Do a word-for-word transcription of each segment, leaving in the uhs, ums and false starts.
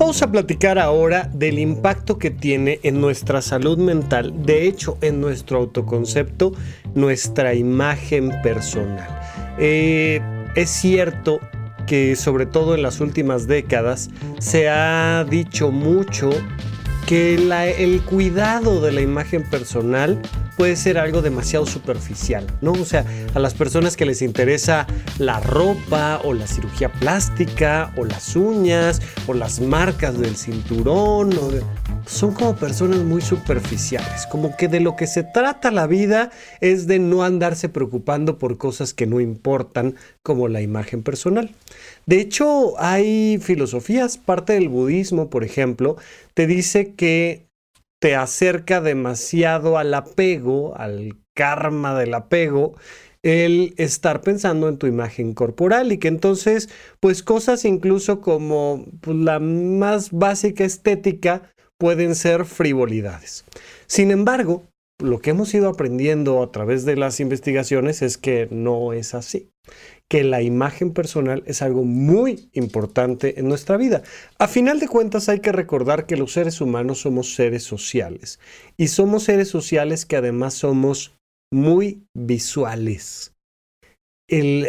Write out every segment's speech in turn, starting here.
Vamos a platicar ahora del impacto que tiene en nuestra salud mental, de hecho en nuestro autoconcepto, nuestra imagen personal. Eh, es cierto que sobre todo en las últimas décadas se ha dicho mucho que la, el cuidado de la imagen personal puede ser algo demasiado superficial, ¿no? O sea, a las personas que les interesa la ropa o la cirugía plástica o las uñas o las marcas del cinturón, o de, son como personas muy superficiales, como que de lo que se trata la vida es de no andarse preocupando por cosas que no importan, como la imagen personal. De hecho, hay filosofías, parte del budismo, por ejemplo, te dice que te acerca demasiado al apego, al karma del apego, el estar pensando en tu imagen corporal y que entonces, pues cosas incluso como pues, la más básica estética pueden ser frivolidades. Sin embargo, lo que hemos ido aprendiendo a través de las investigaciones es que no es así, que la imagen personal es algo muy importante en nuestra vida. A final de cuentas hay que recordar que los seres humanos somos seres sociales y somos seres sociales que además somos muy visuales. El,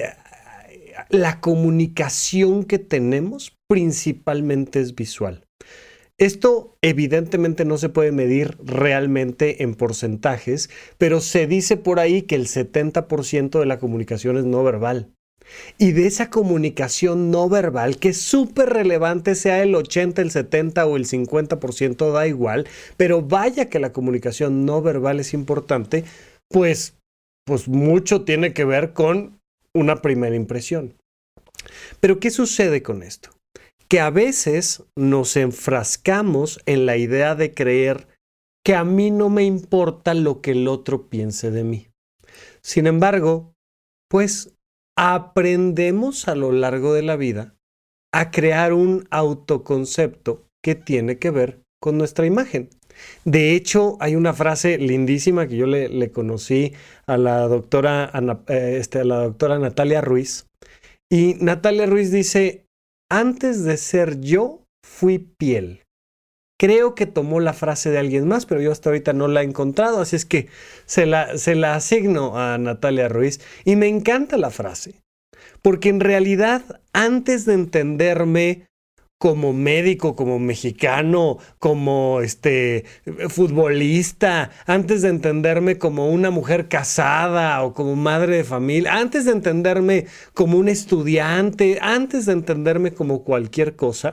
la comunicación que tenemos principalmente es visual. Esto evidentemente no se puede medir realmente en porcentajes, pero se dice por ahí que el setenta por ciento de la comunicación es no verbal. Y de esa comunicación no verbal, que es súper relevante, sea el ochenta, el setenta o el cincuenta por ciento, da igual, pero vaya que la comunicación no verbal es importante, pues, pues mucho tiene que ver con una primera impresión. Pero ¿qué sucede con esto? Que a veces nos enfrascamos en la idea de creer que a mí no me importa lo que el otro piense de mí. Sin embargo, pues aprendemos a lo largo de la vida a crear un autoconcepto que tiene que ver con nuestra imagen. De hecho, hay una frase lindísima que yo le, le conocí a la doctora, Ana, eh, este, a la doctora Natalia Ruiz. Y Natalia Ruiz dice: antes de ser yo, fui piel. Creo que tomó la frase de alguien más, pero yo hasta ahorita no la he encontrado, así es que se la, se la asigno a Natalia Ruiz. Y me encanta la frase, porque en realidad, antes de entenderme como médico, como mexicano, como este, futbolista, antes de entenderme como una mujer casada o como madre de familia, antes de entenderme como un estudiante, antes de entenderme como cualquier cosa,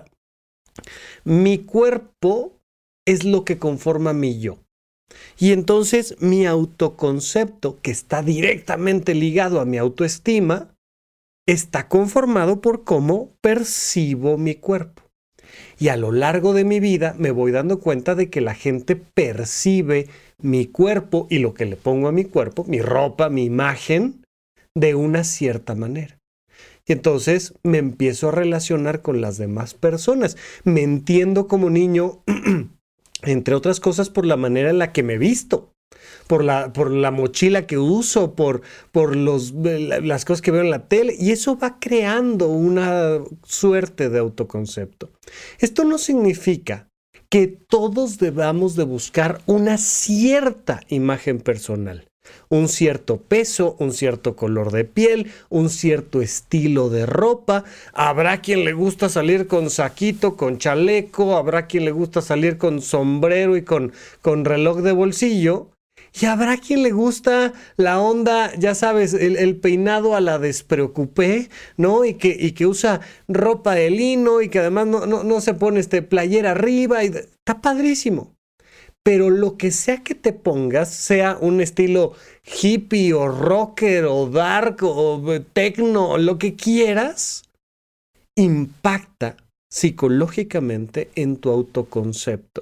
mi cuerpo es lo que conforma mi yo. Y entonces mi autoconcepto, que está directamente ligado a mi autoestima, está conformado por cómo percibo mi cuerpo. Y a lo largo de mi vida me voy dando cuenta de que la gente percibe mi cuerpo y lo que le pongo a mi cuerpo, mi ropa, mi imagen, de una cierta manera. Y entonces me empiezo a relacionar con las demás personas. Me entiendo como niño, entre otras cosas, por la manera en la que me visto. Por la, por la mochila que uso, por, por los, las cosas que veo en la tele, y eso va creando una suerte de autoconcepto. Esto no significa que todos debamos de buscar una cierta imagen personal, un cierto peso, un cierto color de piel, un cierto estilo de ropa. Habrá quien le gusta salir con saquito, con chaleco, habrá quien le gusta salir con sombrero y con, con reloj de bolsillo. Y habrá quien le gusta la onda, ya sabes, el, el peinado a la despreocupé, ¿no? Y que, y que usa ropa de lino y que además no, no, no se pone este playera arriba. Y está padrísimo. Pero lo que sea que te pongas, sea un estilo hippie o rocker o dark o techno o lo que quieras, impacta psicológicamente en tu autoconcepto.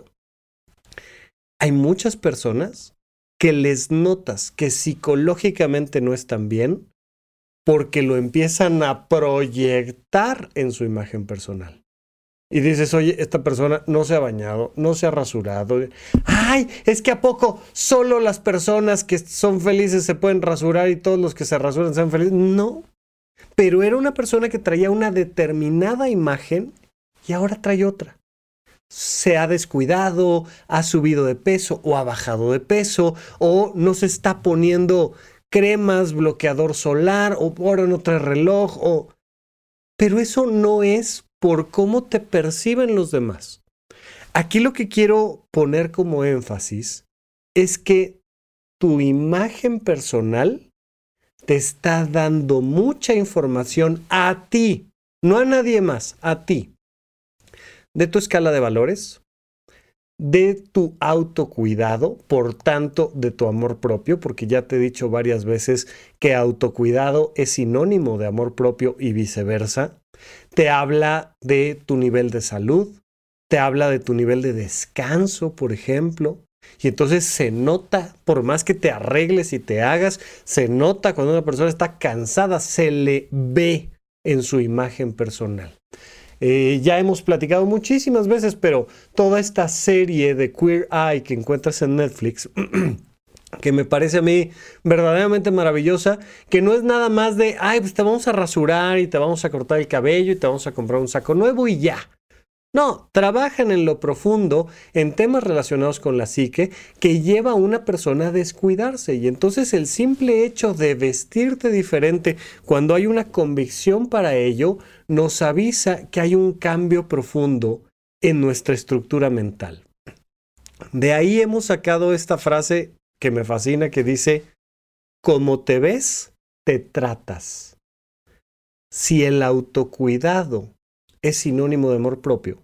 Hay muchas personas que les notas que psicológicamente no están bien porque lo empiezan a proyectar en su imagen personal. Y dices, oye, esta persona no se ha bañado, no se ha rasurado. Ay, es que ¿a poco solo las personas que son felices se pueden rasurar y todos los que se rasuran sean felices? No, pero era una persona que traía una determinada imagen y ahora trae otra. se ha descuidado, ha subido de peso o ha bajado de peso, o no se está poniendo cremas, bloqueador solar, o ahora no trae reloj, o... pero eso no es por cómo te perciben los demás. Aquí lo que quiero poner como énfasis es que tu imagen personal te está dando mucha información a ti, no a nadie más, a ti. De tu escala de valores, de tu autocuidado, por tanto, de tu amor propio, porque ya te he dicho varias veces que autocuidado es sinónimo de amor propio y viceversa. Te habla de tu nivel de salud, te habla de tu nivel de descanso, por ejemplo. Y entonces se nota, por más que te arregles y te hagas, se nota cuando una persona está cansada, se le ve en su imagen personal. Eh, ya hemos platicado muchísimas veces, pero toda esta serie de Queer Eye que encuentras en Netflix, que me parece a mí verdaderamente maravillosa, que no es nada más de, ay, pues te vamos a rasurar y te vamos a cortar el cabello y te vamos a comprar un saco nuevo y ya. No, trabajan en lo profundo en temas relacionados con la psique que lleva a una persona a descuidarse. Y entonces el simple hecho de vestirte diferente cuando hay una convicción para ello nos avisa que hay un cambio profundo en nuestra estructura mental. De ahí hemos sacado esta frase que me fascina que dice, como te ves, te tratas. Si el autocuidado es sinónimo de amor propio,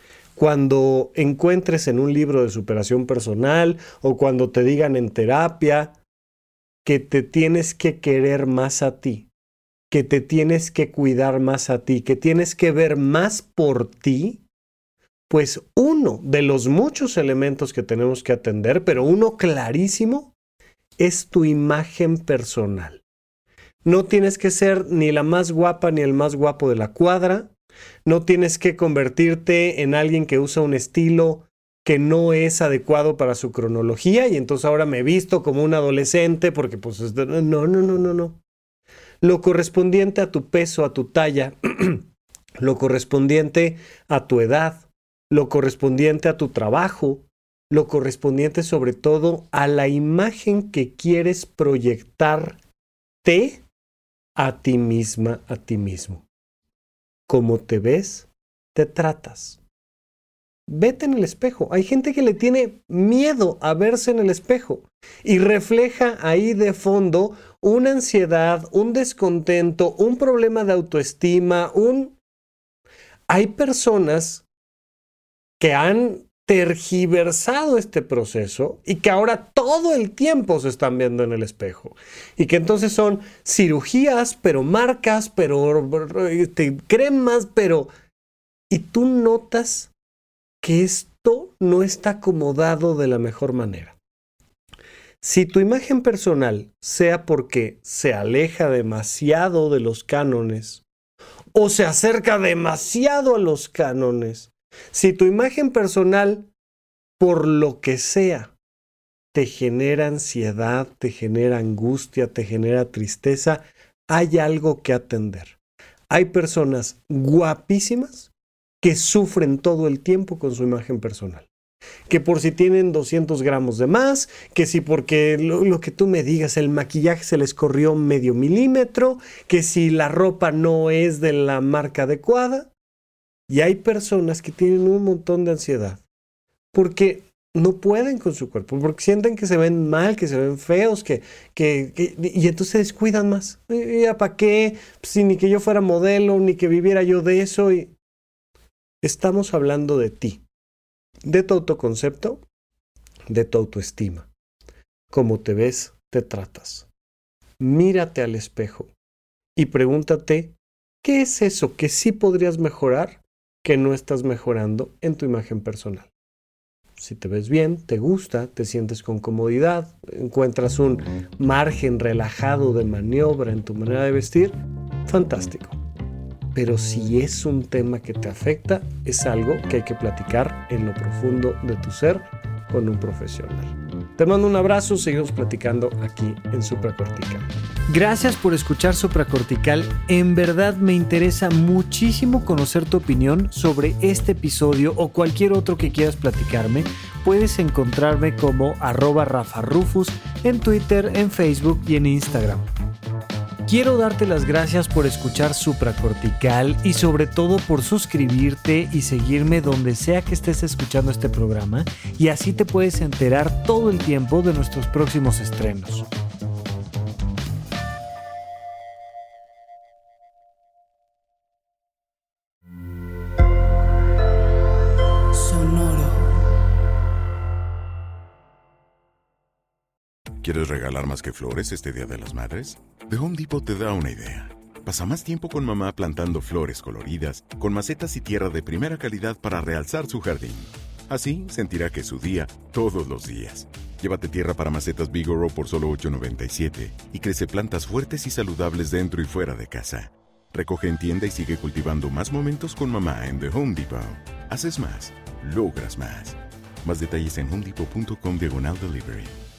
cuando encuentres en un libro de superación personal o cuando te digan en terapia que te tienes que querer más a ti, que te tienes que cuidar más a ti, que tienes que ver más por ti, pues uno de los muchos elementos que tenemos que atender, pero uno clarísimo, es tu imagen personal. No tienes que ser ni la más guapa ni el más guapo de la cuadra. No tienes que convertirte en alguien que usa un estilo que no es adecuado para su cronología y entonces ahora me visto como un adolescente porque pues no, no, no, no, no. Lo correspondiente a tu peso, a tu talla, lo correspondiente a tu edad, lo correspondiente a tu trabajo, lo correspondiente sobre todo a la imagen que quieres proyectarte a ti misma, a ti mismo. Como te ves, te tratas. Vete en el espejo. Hay gente que le tiene miedo a verse en el espejo y refleja ahí de fondo una ansiedad, un descontento, un problema de autoestima, un... Hay personas que han tergiversado este proceso y que ahora todo el tiempo se están viendo en el espejo y que entonces son cirugías, pero marcas, pero este, cremas, pero... Y tú notas que esto no está acomodado de la mejor manera. Si tu imagen personal sea porque se aleja demasiado de los cánones o se acerca demasiado a los cánones, si tu imagen personal, por lo que sea, te genera ansiedad, te genera angustia, te genera tristeza, hay algo que atender. Hay personas guapísimas que sufren todo el tiempo con su imagen personal. Que por si tienen doscientos gramos de más, que si porque lo, lo que tú me digas, el maquillaje se les corrió medio milímetro, que si la ropa no es de la marca adecuada. Y hay personas que tienen un montón de ansiedad porque no pueden con su cuerpo, porque sienten que se ven mal, que se ven feos, que, que, que y entonces se descuidan más. ¿Ya para qué? Pues, si ni que yo fuera modelo, ni que viviera yo de eso. Y... Estamos hablando de ti, de tu autoconcepto, de tu autoestima. Cómo te ves, te tratas. Mírate al espejo y pregúntate, ¿qué es eso que sí podrías mejorar que no estás mejorando en tu imagen personal? Si te ves bien, te gusta, te sientes con comodidad, encuentras un margen relajado de maniobra en tu manera de vestir, fantástico. Pero si es un tema que te afecta, es algo que hay que platicar en lo profundo de tu ser con un profesional. Te mando un abrazo, seguimos platicando aquí en Supracortical. Gracias por escuchar Supracortical. En verdad me interesa muchísimo conocer tu opinión sobre este episodio o cualquier otro que quieras platicarme. Puedes encontrarme como arroba Rafa Rufus en Twitter, en Facebook y en Instagram. Quiero darte las gracias por escuchar Supracortical y sobre todo por suscribirte y seguirme donde sea que estés escuchando este programa, y así te puedes enterar todo el tiempo de nuestros próximos estrenos. ¿Quieres regalar más que flores este Día de las Madres? The Home Depot te da una idea. Pasa más tiempo con mamá plantando flores coloridas, con macetas y tierra de primera calidad para realzar su jardín. Así sentirá que es su día todos los días. Llévate tierra para macetas Bigoro por solo ocho noventa y siete y crece plantas fuertes y saludables dentro y fuera de casa. Recoge en tienda y sigue cultivando más momentos con mamá en The Home Depot. Haces más, logras más. Más detalles en homedepot punto com diagonal delivery.